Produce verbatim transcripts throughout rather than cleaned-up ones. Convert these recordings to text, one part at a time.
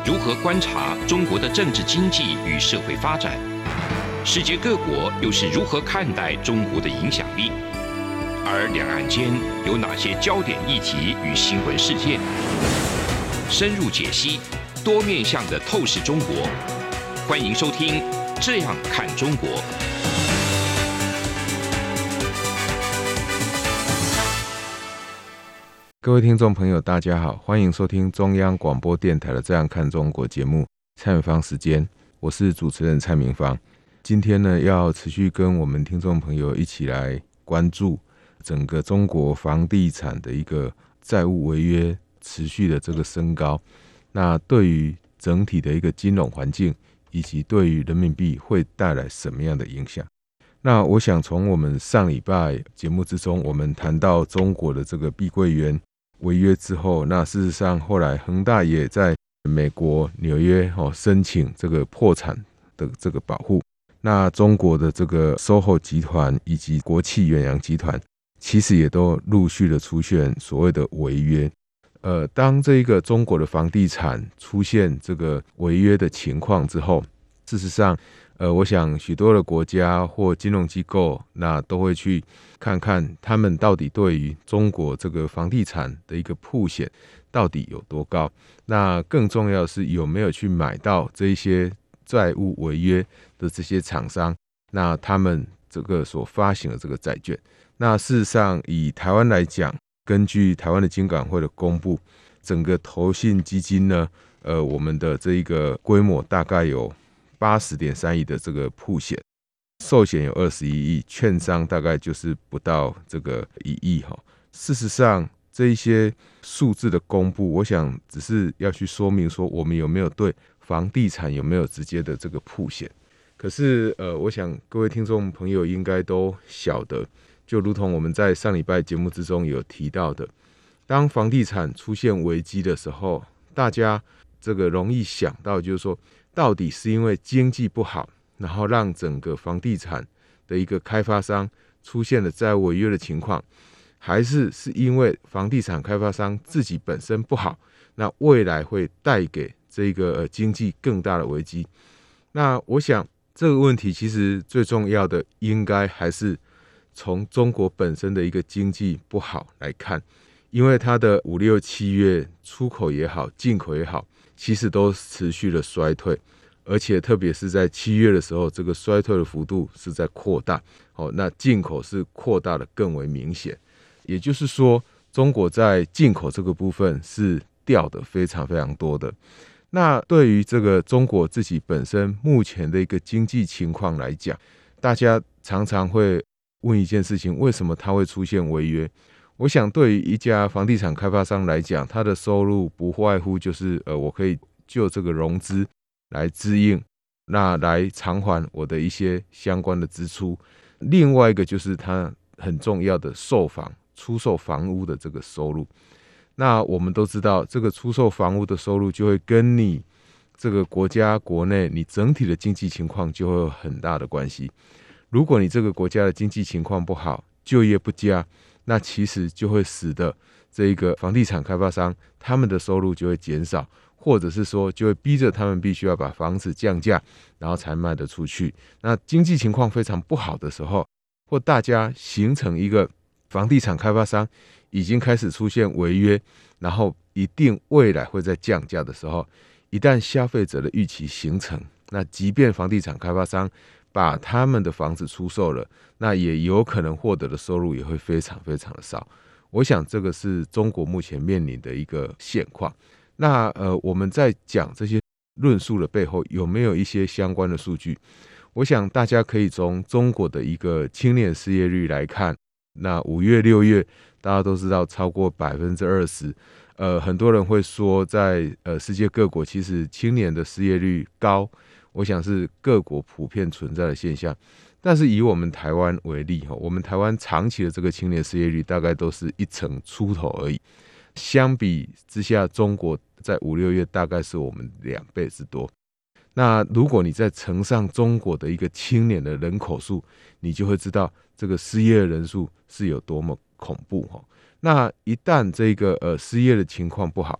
如何观察中国的政治经济与社会发展？世界各国又是如何看待中国的影响力？而两岸间有哪些焦点议题与新闻事件？深入解析，多面向的透视中国。欢迎收听《这样看中国》。 各位听众朋友大家好，欢迎收听中央广播电台的《这样看中国》节目，蔡明芳时间，我是主持人蔡明芳。今天呢，要持续跟我们听众朋友一起来关注整个中国房地产的一个债务违约持续的这个升高，那对于整体的一个金融环境以及对于人民币会带来什么样的影响？那我想从我们上礼拜节目之中，我们谈到中国的这个碧桂园违约之后，那事实上后来恒大也在美国纽约申请这个破产的这个保护。那中国的这个 S O H O 集团以及国企远洋集团其实也都陆续的出现所谓的违约。呃，当这个中国的房地产出现这个违约的情况之后，事实上呃，我想许多的国家或金融机构那都会去看看他们到底对于中国这个房地产的一个曝险到底有多高，那更重要的是有没有去买到这一些债务违约的这些厂商，那他们这个所发行的这个债券。那事实上以台湾来讲，根据台湾的金管会的公布，整个投信基金呢，呃，我们的这一个规模大概有八十点三亿的这个曝险，寿险有二十一亿，券商大概就是不到这个一亿。事实上这一些数字的公布，我想只是要去说明说我们有没有对房地产有没有直接的这个曝险。可是呃，我想各位听众朋友应该都晓得，就如同我们在上礼拜节目之中有提到的，当房地产出现危机的时候，大家这个容易想到就是说，到底是因为经济不好，然后让整个房地产的一个开发商出现了债务违约的情况，还是是因为房地产开发商自己本身不好，那未来会带给这个、呃、经济更大的危机？那我想这个问题其实最重要的应该还是从中国本身的一个经济不好来看，因为它的五六七月出口也好，进口也好，其实都持续的衰退，而且特别是在七月的时候，这个衰退的幅度是在扩大。哦，那进口是扩大的更为明显，也就是说，中国在进口这个部分是掉的非常非常多的。那对于这个中国自己本身目前的一个经济情况来讲，大家常常会问一件事情：为什么它会出现违约？我想对于一家房地产开发商来讲，他的收入不外乎就是呃，我可以就这个融资来支应，那来偿还我的一些相关的支出。另外一个就是他很重要的售房、出售房屋的这个收入。那我们都知道，这个出售房屋的收入就会跟你这个国家国内你整体的经济情况就会有很大的关系。如果你这个国家的经济情况不好，就业不佳，那其实就会使得这个房地产开发商他们的收入就会减少，或者是说就会逼着他们必须要把房子降价，然后才卖得出去。那经济情况非常不好的时候，或大家形成一个房地产开发商已经开始出现违约，然后一定未来会再降价的时候，一旦消费者的预期形成，那即便房地产开发商把他们的房子出售了，那也有可能获得的收入也会非常非常的少。我想这个是中国目前面临的一个现况。那呃，我们在讲这些论述的背后，有没有一些相关的数据？我想大家可以从中国的一个青年失业率来看，那五月、六月大家都知道超过百分之二十。呃，很多人会说在，在呃世界各国其实青年的失业率高，我想是各国普遍存在的现象。但是以我们台湾为例，我们台湾长期的这个青年失业率大概都是一成出头而已。相比之下，中国在五六月大概是我们两倍之多。那如果你再乘上中国的一个青年的人口数，你就会知道这个失业的人数是有多么恐怖。那一旦这个呃失业的情况不好，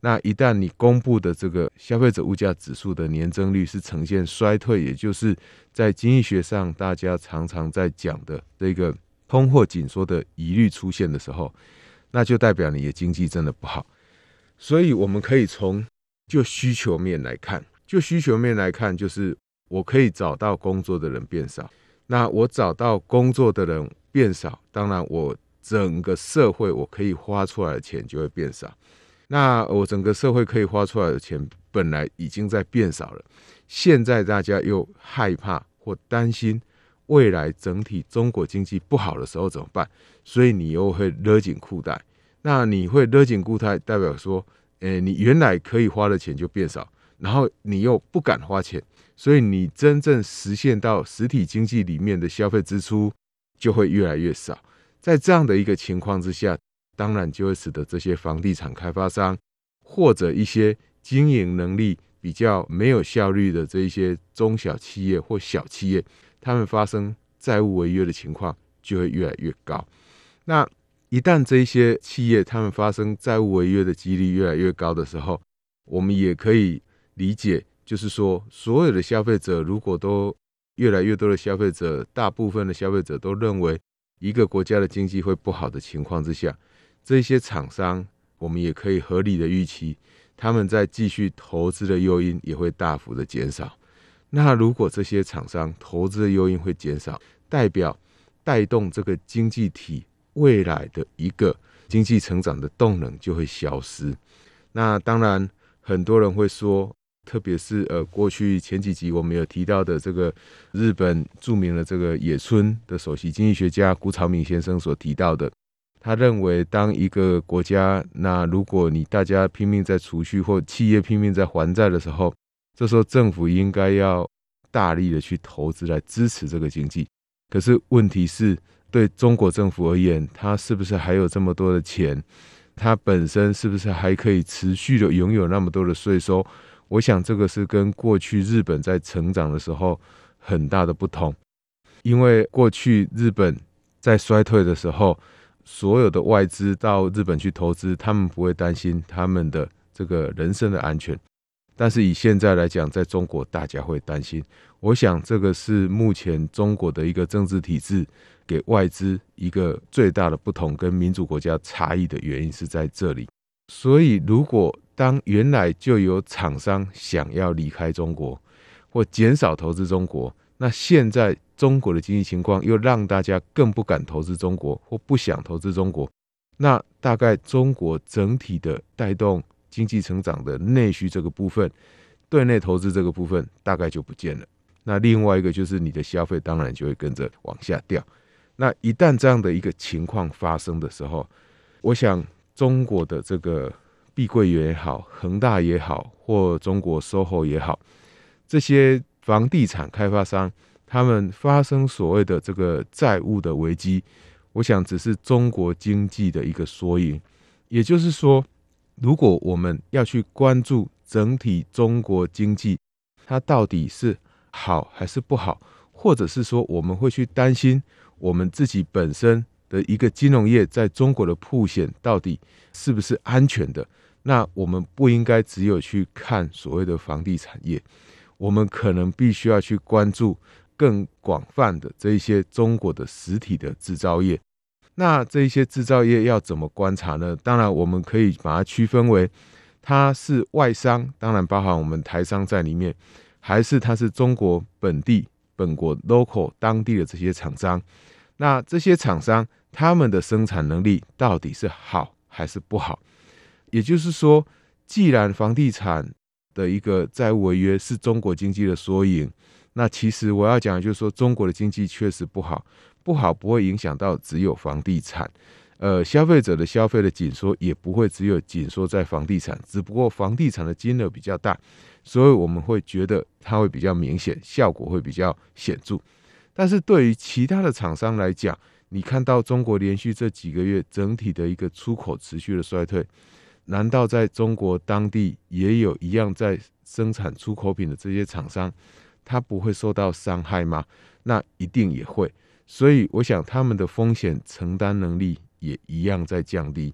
那一旦你公布的这个消费者物价指数的年增率是呈现衰退，也就是在经济学上大家常常在讲的这个通货紧缩的疑虑出现的时候，那就代表你的经济真的不好。所以我们可以从就需求面来看，就需求面来看，就是我可以找到工作的人变少，那我找到工作的人变少，当然我整个社会我可以花出来的钱就会变少。那我整个社会可以花出来的钱本来已经在变少了，现在大家又害怕或担心未来整体中国经济不好的时候怎么办？所以你又会勒紧裤带。那你会勒紧裤带，代表说，欸，你原来可以花的钱就变少，然后你又不敢花钱，所以你真正实现到实体经济里面的消费支出就会越来越少。在这样的一个情况之下，当然就会使得这些房地产开发商或者一些经营能力比较没有效率的这一些中小企业或小企业，他们发生债务违约的情况就会越来越高。那一旦这些企业他们发生债务违约的几率越来越高的时候，我们也可以理解，就是说所有的消费者如果都越来越多的消费者，大部分的消费者都认为一个国家的经济会不好的情况之下，这些厂商我们也可以合理的预期，他们在继续投资的诱因也会大幅的减少。那如果这些厂商投资的诱因会减少，代表带动这个经济体未来的一个经济成长的动能就会消失。那当然很多人会说，特别是呃过去前几集我们有提到的这个日本著名的这个野村的首席经济学家谷草敏先生所提到的，他认为当一个国家，那如果你大家拼命在储蓄或企业拼命在还债的时候，这时候政府应该要大力的去投资来支持这个经济。可是问题是，对中国政府而言，它是不是还有这么多的钱？它本身是不是还可以持续的拥有那么多的税收？我想这个是跟过去日本在成长的时候很大的不同。因为过去日本在衰退的时候，所有的外资到日本去投资，他们不会担心他们的这个人身的安全。但是以现在来讲，在中国大家会担心。我想这个是目前中国的一个政治体制给外资一个最大的不同，跟民主国家差异的原因是在这里。所以如果当原来就有厂商想要离开中国或减少投资中国，那现在中国的经济情况又让大家更不敢投资中国或不想投资中国，那大概中国整体的带动经济成长的内需这个部分，对内投资这个部分大概就不见了。那另外一个就是你的消费当然就会跟着往下掉。那一旦这样的一个情况发生的时候，我想中国的这个碧桂园也好，恒大也好，或中国 S O H O 也好，这些房地产开发商他们发生所谓的这个债务的危机，我想只是中国经济的一个缩影。也就是说，如果我们要去关注整体中国经济它到底是好还是不好，或者是说我们会去担心我们自己本身的一个金融业在中国的曝险到底是不是安全的，那我们不应该只有去看所谓的房地产业，我们可能必须要去关注更广泛的这一些中国的实体的制造业。那这一些制造业要怎么观察呢？当然我们可以把它区分为它是外商，当然包含我们台商在里面，还是它是中国本地本国 local 当地的这些厂商。那这些厂商他们的生产能力到底是好还是不好？也就是说，既然房地产的一个债务违约是中国经济的缩影，那其实我要讲的就是说，中国的经济确实不好，不好不会影响到只有房地产，呃，消费者的消费的紧缩也不会只有紧缩在房地产，只不过房地产的金额比较大，所以我们会觉得它会比较明显，效果会比较显著。但是对于其他的厂商来讲，你看到中国连续这几个月整体的一个出口持续的衰退，难道在中国当地也有一样在生产出口品的这些厂商，他不会受到伤害吗？那一定也会。所以我想他们的风险承担能力也一样在降低。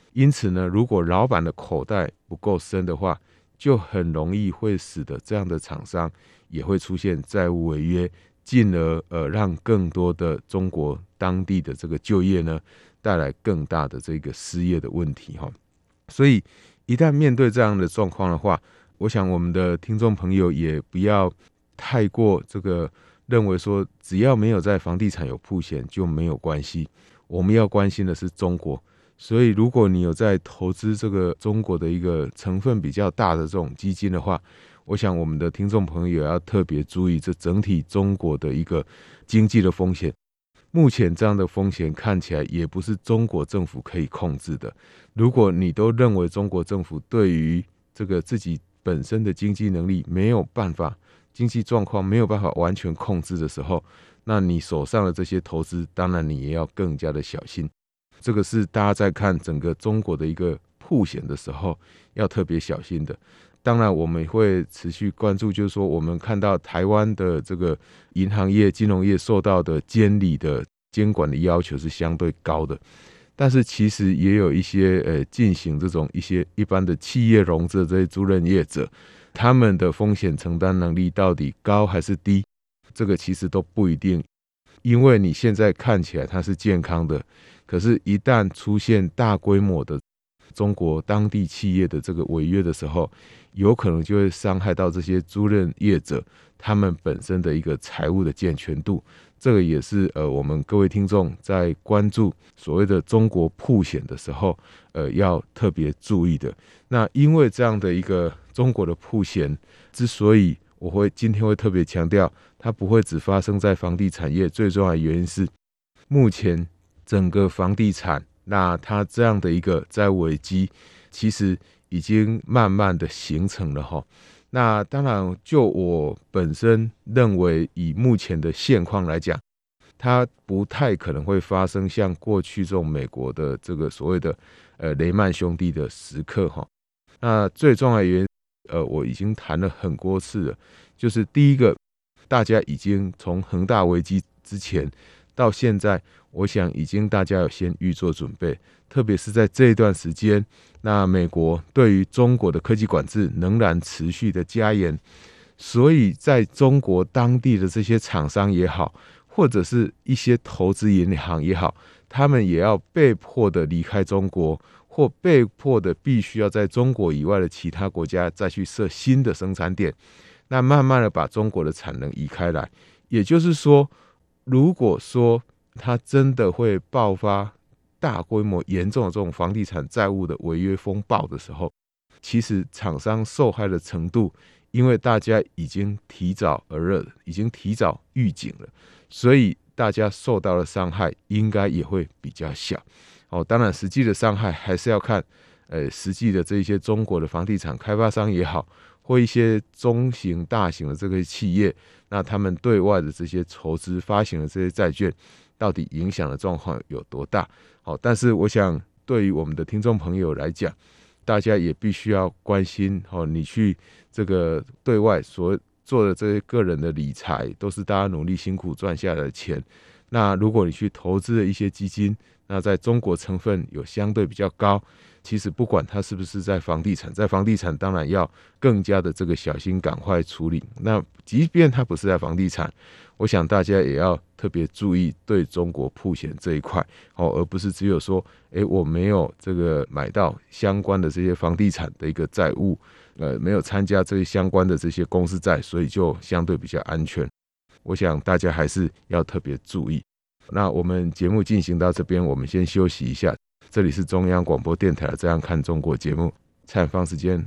因此呢，如果老板的口袋不够深的话，就很容易会使得这样的厂商也会出现债务违约，进而呃让更多的中国当地的这个就业呢带来更大的这个失业的问题哈。所以一旦面对这样的状况的话，我想我们的听众朋友也不要太过这个认为说只要没有在房地产有曝险就没有关系，我们要关心的是中国。所以如果你有在投资这个中国的一个成分比较大的这种基金的话，我想我们的听众朋友要特别注意这整体中国的一个经济的风险。目前这样的风险看起来也不是中国政府可以控制的。如果你都认为中国政府对于这个自己本身的经济能力没有办法，经济状况没有办法完全控制的时候，那你手上的这些投资，当然你也要更加的小心。这个是大家在看整个中国的一个曝险的时候要特别小心的。当然我们会持续关注，就是说我们看到台湾的这个银行业、金融业受到的监理的监管的要求是相对高的，但是其实也有一些呃进行这种一些一般的企业融资的这些租赁业者，他们的风险承担能力到底高还是低，这个其实都不一定。因为你现在看起来它是健康的，可是一旦出现大规模的中国当地企业的这个违约的时候，有可能就会伤害到这些租赁业者他们本身的一个财务的健全度。这个也是呃我们各位听众在关注所谓的中国曝险的时候呃要特别注意的。那因为这样的一个中国的曝险，之所以我会今天会特别强调它不会只发生在房地产业，最重要的原因是目前整个房地产，那它这样的一个债务危机其实已经慢慢的形成了齁。那当然就我本身认为以目前的现况来讲，它不太可能会发生像过去这种美国的这个所谓的呃雷曼兄弟的时刻齁。那最重要的原因呃我已经谈了很多次了，就是第一个，大家已经从恒大危机之前到现在，我想已经大家有先预做准备，特别是在这一段时间，那美国对于中国的科技管制仍然持续的加严，所以在中国当地的这些厂商也好，或者是一些投资银行也好，他们也要被迫的离开中国，或被迫的必须要在中国以外的其他国家再去设新的生产点，那慢慢的把中国的产能移开来。也就是说，如果说它真的会爆发大规模严重的这种房地产债务的违约风暴的时候，其实厂商受害的程度，因为大家已经提早而热，已经提早预警了，所以大家受到的伤害应该也会比较小。哦，当然实际的伤害还是要看呃实际的这些中国的房地产开发商也好，或一些中型大型的这个企业，那他们对外的这些筹资发行的这些债券到底影响的状况有多大。好，但是我想对于我们的听众朋友来讲，大家也必须要关心，哦，你去这个对外所做的这些个人的理财，都是大家努力辛苦赚下来的钱。那如果你去投资的一些基金，那在中国成分有相对比较高，其实不管它是不是在房地产，在房地产当然要更加的这个小心，赶快处理。那即便它不是在房地产，我想大家也要特别注意对中国曝险这一块，哦，而不是只有说，哎，我没有这个买到相关的这些房地产的一个债务，呃，没有参加这些相关的这些公司债，所以就相对比较安全。我想大家还是要特别注意。那我们节目进行到这边，我们先休息一下。这里是中央广播电台的《这样看中国》节目，蔡远芳时间。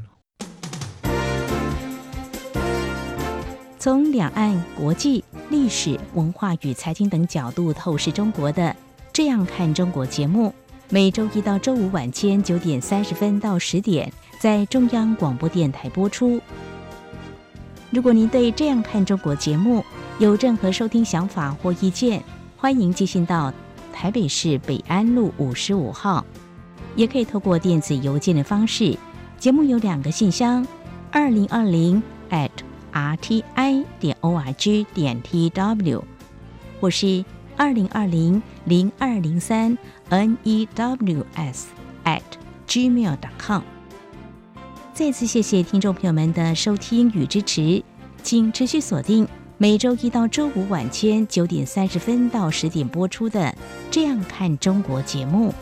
从两岸、国际、历史、文化与财经等角度透视中国的《这样看中国》节目，每周一到周五晚间九点三十分到十点，在中央广播电台播出。如果您对《这样看中国》节目有任何收听想法或意见，欢迎寄信到台北市北安路五十五号，也可以透过电子邮件的方式。节目有两个信箱：二零二零 at r t i 点 o r g 点 t w， 或是二零二零零二零三 n e w s at gmail 点 com。 再次谢谢听众朋友们的收听与支持，请持续锁定每周一到周五晚间九点三十分到十点播出的《这样看中国》节目。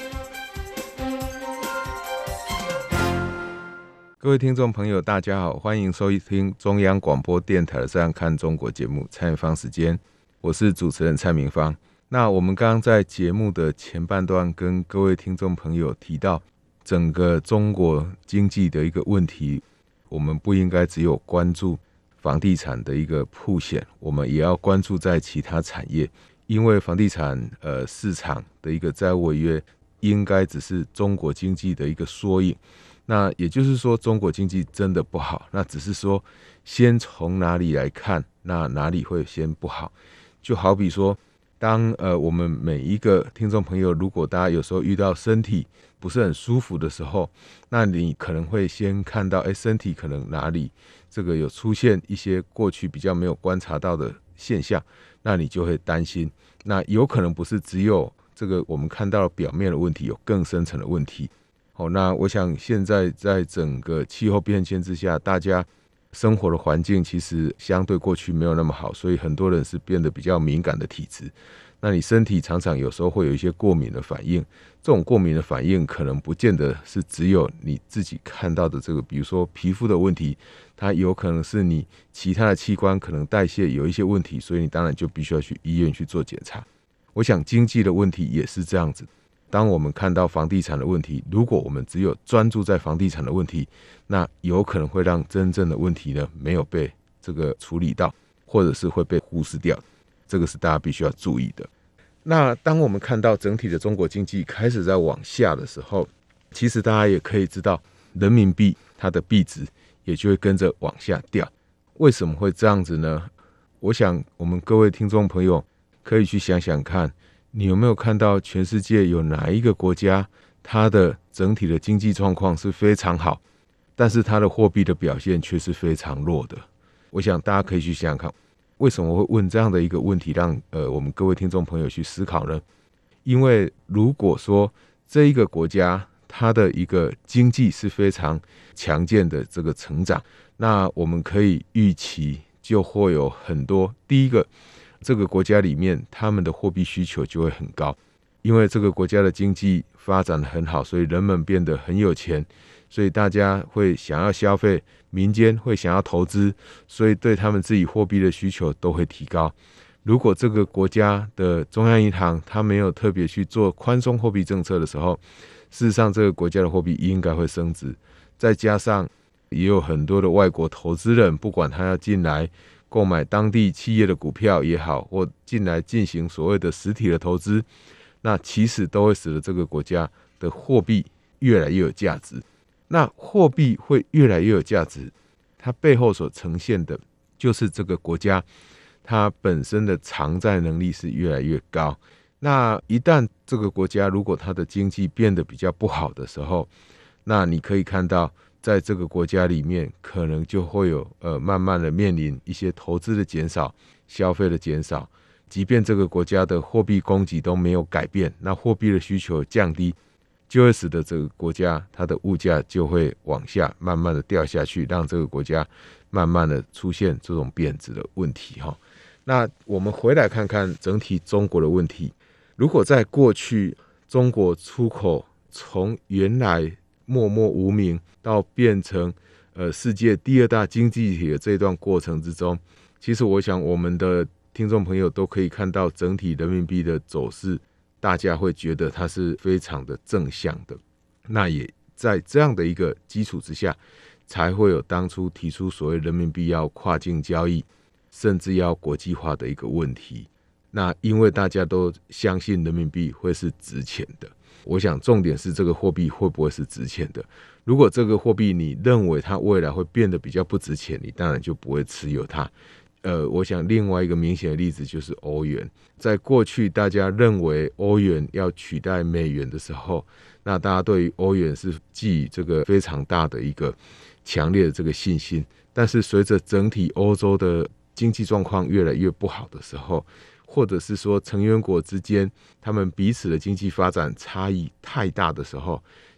各位听众朋友大家好，欢迎收听中央广播电台的《这样看中国》节目，蔡明芳时间，我是主持人蔡明芳。那我们刚刚在节目的前半段跟各位听众朋友提到整个中国经济的一个问题，我们不应该只有关注房地产的一个曝险，我们也要关注在其他产业，因为房地产呃市场的一个债务违约应该只是中国经济的一个缩影。那也就是说中国经济真的不好，那只是说先从哪里来看，那哪里会先不好。就好比说当呃我们每一个听众朋友，如果大家有时候遇到身体不是很舒服的时候，那你可能会先看到哎，身体可能哪里这个有出现一些过去比较没有观察到的现象，那你就会担心，那有可能不是只有这个我们看到表面的问题，有更深层的问题。好，那我想现在在整个气候变迁之下，大家生活的环境其实相对过去没有那么好，所以很多人是变得比较敏感的体质。那你身体常常有时候会有一些过敏的反应，这种过敏的反应可能不见得是只有你自己看到的这个，比如说皮肤的问题，它有可能是你其他的器官可能代谢有一些问题，所以你当然就必须要去医院去做检查。我想经济的问题也是这样子。当我们看到房地产的问题，如果我们只有专注在房地产的问题，那有可能会让真正的问题呢没有被这个处理到，或者是会被忽视掉，这个是大家必须要注意的。那当我们看到整体的中国经济开始在往下的时候，其实大家也可以知道人民币它的币值也就会跟着往下掉。为什么会这样子呢？我想我们各位听众朋友可以去想想看，你有没有看到全世界有哪一个国家它的整体的经济状况是非常好，但是它的货币的表现却是非常弱的？我想大家可以去想想看，为什么会问这样的一个问题，让呃我们各位听众朋友去思考呢？因为如果说这一个国家它的一个经济是非常强健的这个成长，那我们可以预期就会有很多，第一个，这个国家里面他们的货币需求就会很高，因为这个国家的经济发展得很好，所以人们变得很有钱，所以大家会想要消费，民间会想要投资，所以对他们自己货币的需求都会提高。如果这个国家的中央银行它没有特别去做宽松货币政策的时候，事实上这个国家的货币应该会升值。再加上也有很多的外国投资人，不管他要进来购买当地企业的股票也好，或进来进行所谓的实体的投资，那其实都会使得这个国家的货币越来越有价值。那货币会越来越有价值，它背后所呈现的就是这个国家它本身的偿债能力是越来越高。那一旦这个国家如果它的经济变得比较不好的时候，那你可以看到在这个国家里面可能就会有呃慢慢的面临一些投资的减少，消费的减少，即便这个国家的货币供给都没有改变，那货币的需求降低，就会使得这个国家它的物价就会往下慢慢的掉下去，让这个国家慢慢的出现这种贬值的问题。那我们回来看看整体中国的问题，如果在过去中国出口从原来默默无名到变成呃世界第二大经济体的这段过程之中，其实我想我们的听众朋友都可以看到整体人民币的走势，大家会觉得它是非常的正向的。那也在这样的一个基础之下，才会有当初提出所谓人民币要跨境交易，甚至要国际化的一个问题。那因为大家都相信人民币会是值钱的，我想重点是这个货币会不会是值钱的。如果这个货币你认为它未来会变得比较不值钱，你当然就不会持有它。呃，我想另外一个明显的例子就是欧元。在过去大家认为欧元要取代美元的时候，那大家对于欧元是寄予这个非常大的一个强烈的这个信心。但是随着整体欧洲的经济状况越来越不好的时候，或者是说成员国之间他们彼此的经济发展差异太大的时候，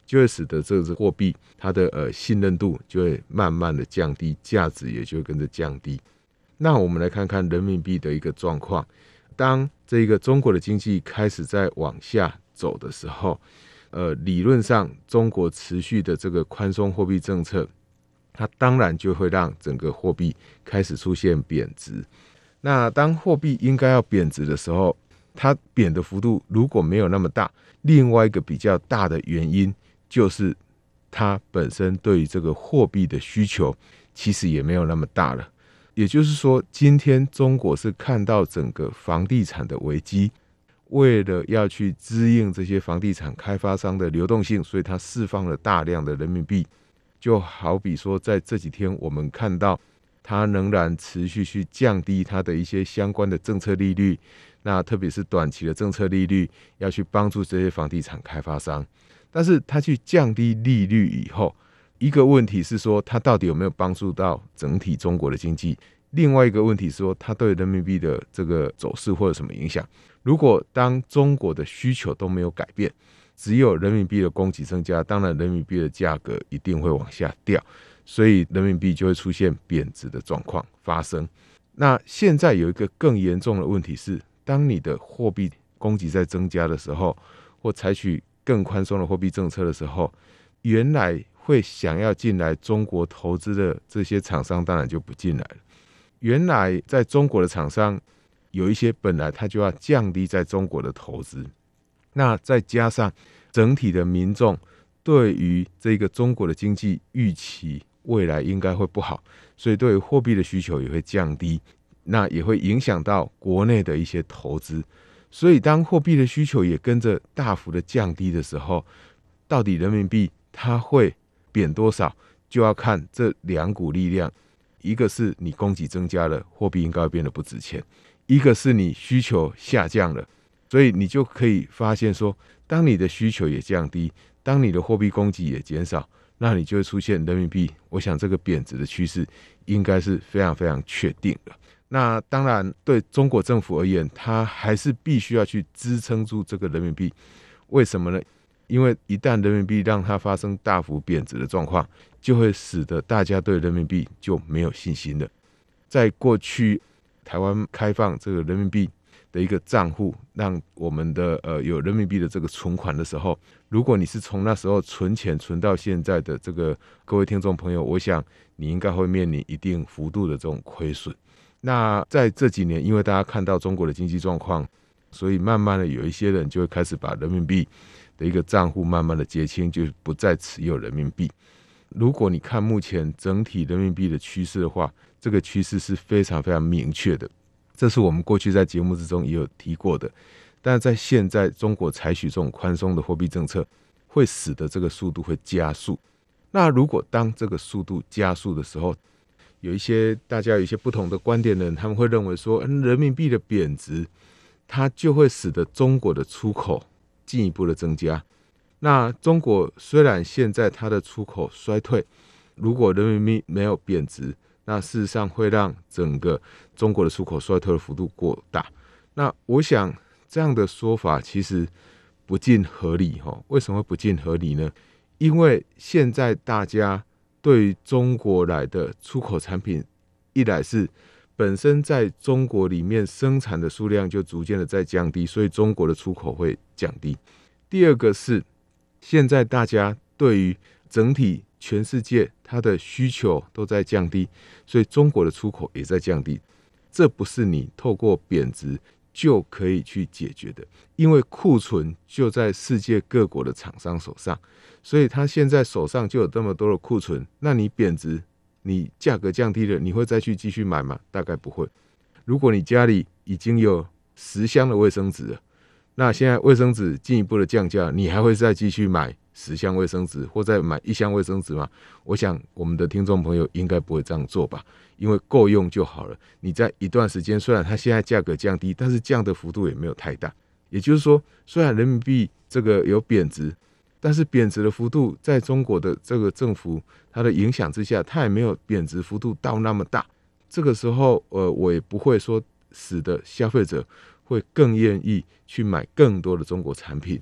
就会使得这个货币它的呃信任度就会慢慢的降低，价值也就会跟着降低。那我们来看看人民币的一个状况，当这个中国的经济开始在往下走的时候，呃，理论上中国持续的这个宽松货币政策，它当然就会让整个货币开始出现贬值。那当货币应该要贬值的时候，它贬的幅度如果没有那么大，另外一个比较大的原因就是它本身对于这个货币的需求其实也没有那么大了。也就是说，今天中国是看到整个房地产的危机，为了要去支应这些房地产开发商的流动性，所以它释放了大量的人民币。就好比说在这几天我们看到它仍然持续去降低它的一些相关的政策利率，那特别是短期的政策利率，要去帮助这些房地产开发商。但是它去降低利率以后，一个问题是说它到底有没有帮助到整体中国的经济，另外一个问题是说它对人民币的这个走势会有什么影响。如果当中国的需求都没有改变，只有人民币的供给增加，当然人民币的价格一定会往下掉，所以人民币就会出现贬值的状况发生。那现在有一个更严重的问题是，当你的货币供给在增加的时候，或采取更宽松的货币政策的时候，原来会想要进来中国投资的这些厂商当然就不进来了。原来在中国的厂商有一些本来他就要降低在中国的投资，那再加上整体的民众对于这个中国的经济预期未来应该会不好，所以对于货币的需求也会降低，那也会影响到国内的一些投资。所以当货币的需求也跟着大幅的降低的时候，到底人民币它会贬多少，就要看这两股力量。一个是你供给增加了，货币应该会变得不值钱；一个是你需求下降了，所以你就可以发现说，当你的需求也降低，当你的货币供给也减少，那你就会出现人民币，我想这个贬值的趋势应该是非常非常确定的。那当然对中国政府而言，它还是必须要去支撑住这个人民币。为什么呢？因为一旦人民币让它发生大幅贬值的状况，就会使得大家对人民币就没有信心了。在过去台湾开放这个人民币的一个账户，让我们的呃有人民币的这个存款的时候，如果你是从那时候存钱存到现在的这个各位听众朋友，我想你应该会面临一定幅度的这种亏损。那在这几年，因为大家看到中国的经济状况，所以慢慢的有一些人就会开始把人民币的一个账户慢慢的结清，就不再持有人民币。如果你看目前整体人民币的趋势的话，这个趋势是非常非常明确的，这是我们过去在节目之中也有提过的。但在现在中国采取这种宽松的货币政策，会使得这个速度会加速。那如果当这个速度加速的时候，有一些大家有一些不同的观点的人，他们会认为说，人民币的贬值它就会使得中国的出口进一步的增加。那中国虽然现在它的出口衰退，如果人民币没有贬值，那事实上会让整个中国的出口衰退的幅度过大。那我想这样的说法其实不尽合理。为什么会不尽合理呢？因为现在大家对于中国来的出口产品，一来是本身在中国里面生产的数量就逐渐的在降低，所以中国的出口会降低。第二个是现在大家对于整体全世界它的需求都在降低，所以中国的出口也在降低。这不是你透过贬值就可以去解决的，因为库存就在世界各国的厂商手上，所以他现在手上就有这么多的库存，那你贬值，你价格降低了，你会再去继续买吗？大概不会。如果你家里已经有十箱的卫生纸了，那现在卫生纸进一步的降价，你还会再继续买十箱卫生纸或再买一箱卫生纸吗？我想我们的听众朋友应该不会这样做吧，因为够用就好了。你在一段时间，虽然它现在价格降低，但是降的幅度也没有太大。也就是说，虽然人民币这个有贬值，但是贬值的幅度在中国的这个政府它的影响之下，它也没有贬值幅度到那么大。这个时候，呃，我也不会说使得消费者会更愿意去买更多的中国产品。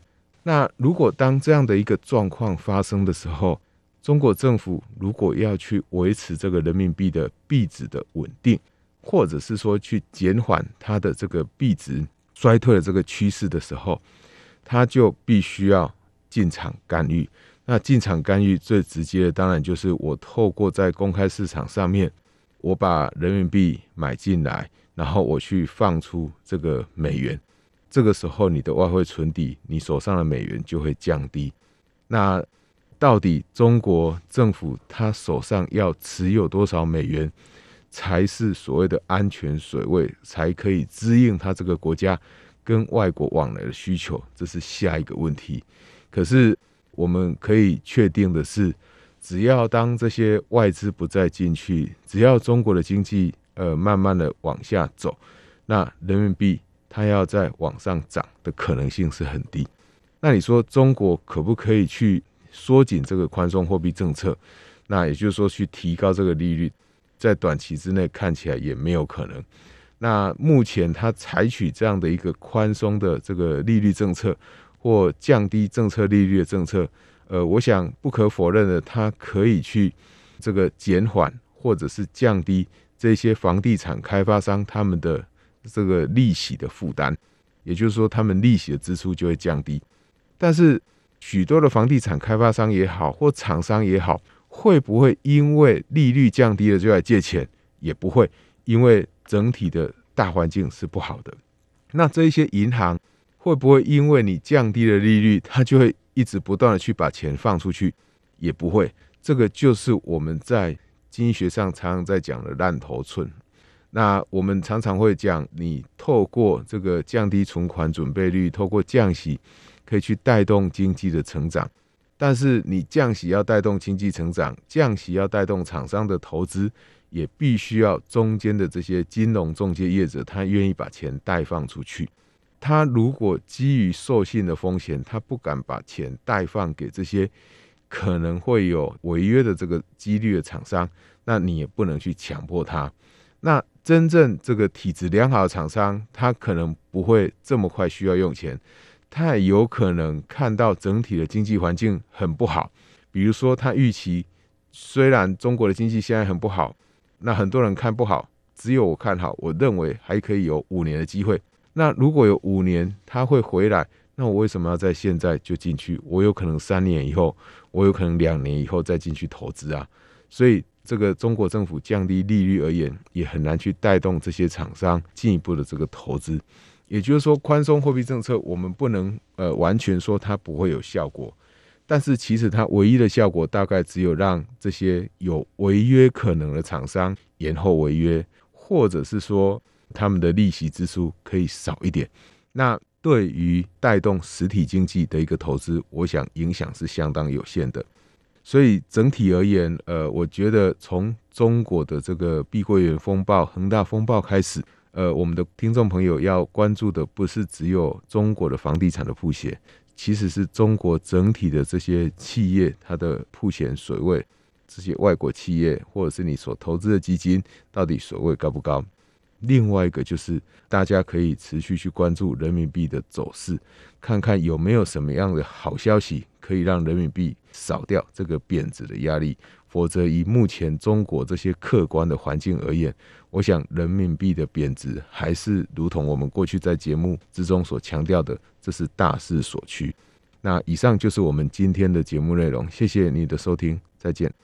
那如果当这样的一个状况发生的时候，中国政府如果要去维持这个人民币的币值的稳定，或者是说去减缓它的这个币值衰退的这个趋势的时候，它就必须要进场干预。那进场干预最直接的当然就是我透过在公开市场上面，我把人民币买进来，然后我去放出这个美元，这个时候你的外汇存底，你手上的美元就会降低。那到底中国政府他手上要持有多少美元才是所谓的安全水位，才可以支应他这个国家跟外国往来的需求，这是下一个问题。可是我们可以确定的是，只要当这些外资不再进去，只要中国的经济呃慢慢的往下走，那人民币它要再往上涨的可能性是很低。那你说中国可不可以去缩紧这个宽松货币政策？那也就是说去提高这个利率，在短期之内看起来也没有可能。那目前它采取这样的一个宽松的这个利率政策，或降低政策利率的政策，呃，我想不可否认的，它可以去这个减缓或者是降低这些房地产开发商他们的这个利息的负担，也就是说，他们利息的支出就会降低。但是许多的房地产开发商也好，或厂商也好，会不会因为利率降低了就来借钱？也不会，因为整体的大环境是不好的。那这一些银行会不会因为你降低了利率，它就会一直不断的去把钱放出去？也不会。这个就是我们在经济学上常常在讲的烂头寸。那我们常常会讲，你透过这个降低存款准备率，透过降息，可以去带动经济的成长。但是你降息要带动经济成长，降息要带动厂商的投资，也必须要中间的这些金融中介业者，他愿意把钱贷放出去。他如果基于授信的风险，他不敢把钱贷放给这些可能会有违约的这个几率的厂商，那你也不能去强迫他。那真正这个体质良好的厂商，他可能不会这么快需要用钱，他也有可能看到整体的经济环境很不好，比如说他预期虽然中国的经济现在很不好，那很多人看不好，只有我看好，我认为还可以有五年的机会。那如果有五年他会回来，那我为什么要在现在就进去？我有可能三年以后，我有可能两年以后再进去投资啊。所以这个中国政府降低利率而言，也很难去带动这些厂商进一步的这个投资。也就是说，宽松货币政策我们不能呃完全说它不会有效果，但是其实它唯一的效果大概只有让这些有违约可能的厂商延后违约，或者是说他们的利息支出可以少一点。那对于带动实体经济的一个投资，我想影响是相当有限的。所以整体而言，呃，我觉得从中国的这个碧桂园风暴、恒大风暴开始，呃，我们的听众朋友要关注的不是只有中国的房地产的曝险，其实是中国整体的这些企业它的曝险水位，这些外国企业或者是你所投资的基金到底水位高不高。另外一个就是大家可以持续去关注人民币的走势，看看有没有什么样的好消息可以让人民币少掉这个贬值的压力。否则以目前中国这些客观的环境而言，我想人民币的贬值还是如同我们过去在节目之中所强调的，这是大势所趋。那以上就是我们今天的节目内容，谢谢你的收听，再见。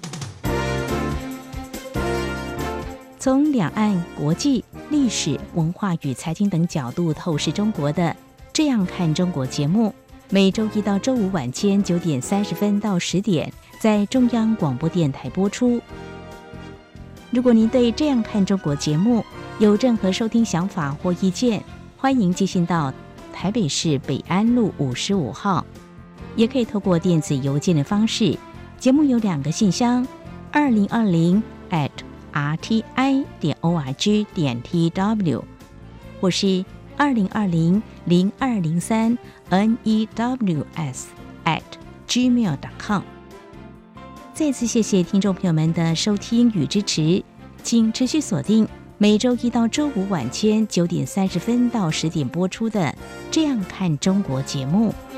从两岸、国际、历史、文化与财经等角度透视中国的《这样看中国》节目，每周一到周五晚间九点三十分到十点，在中央广播电台播出。如果您对《这样看中国》节目有任何收听想法或意见，欢迎寄信到台北市北安路五十五号，也可以透过电子邮件的方式。节目有两个信箱：二零二零 at r t i 点 o r g 点 t w， 或是二零二零零二零三 n e w s at gmail 点 com。 再次谢谢听众朋友们的收听与支持，请持续锁定每周一到周五晚间九点三十分到十点播出的《这样看中国》节目。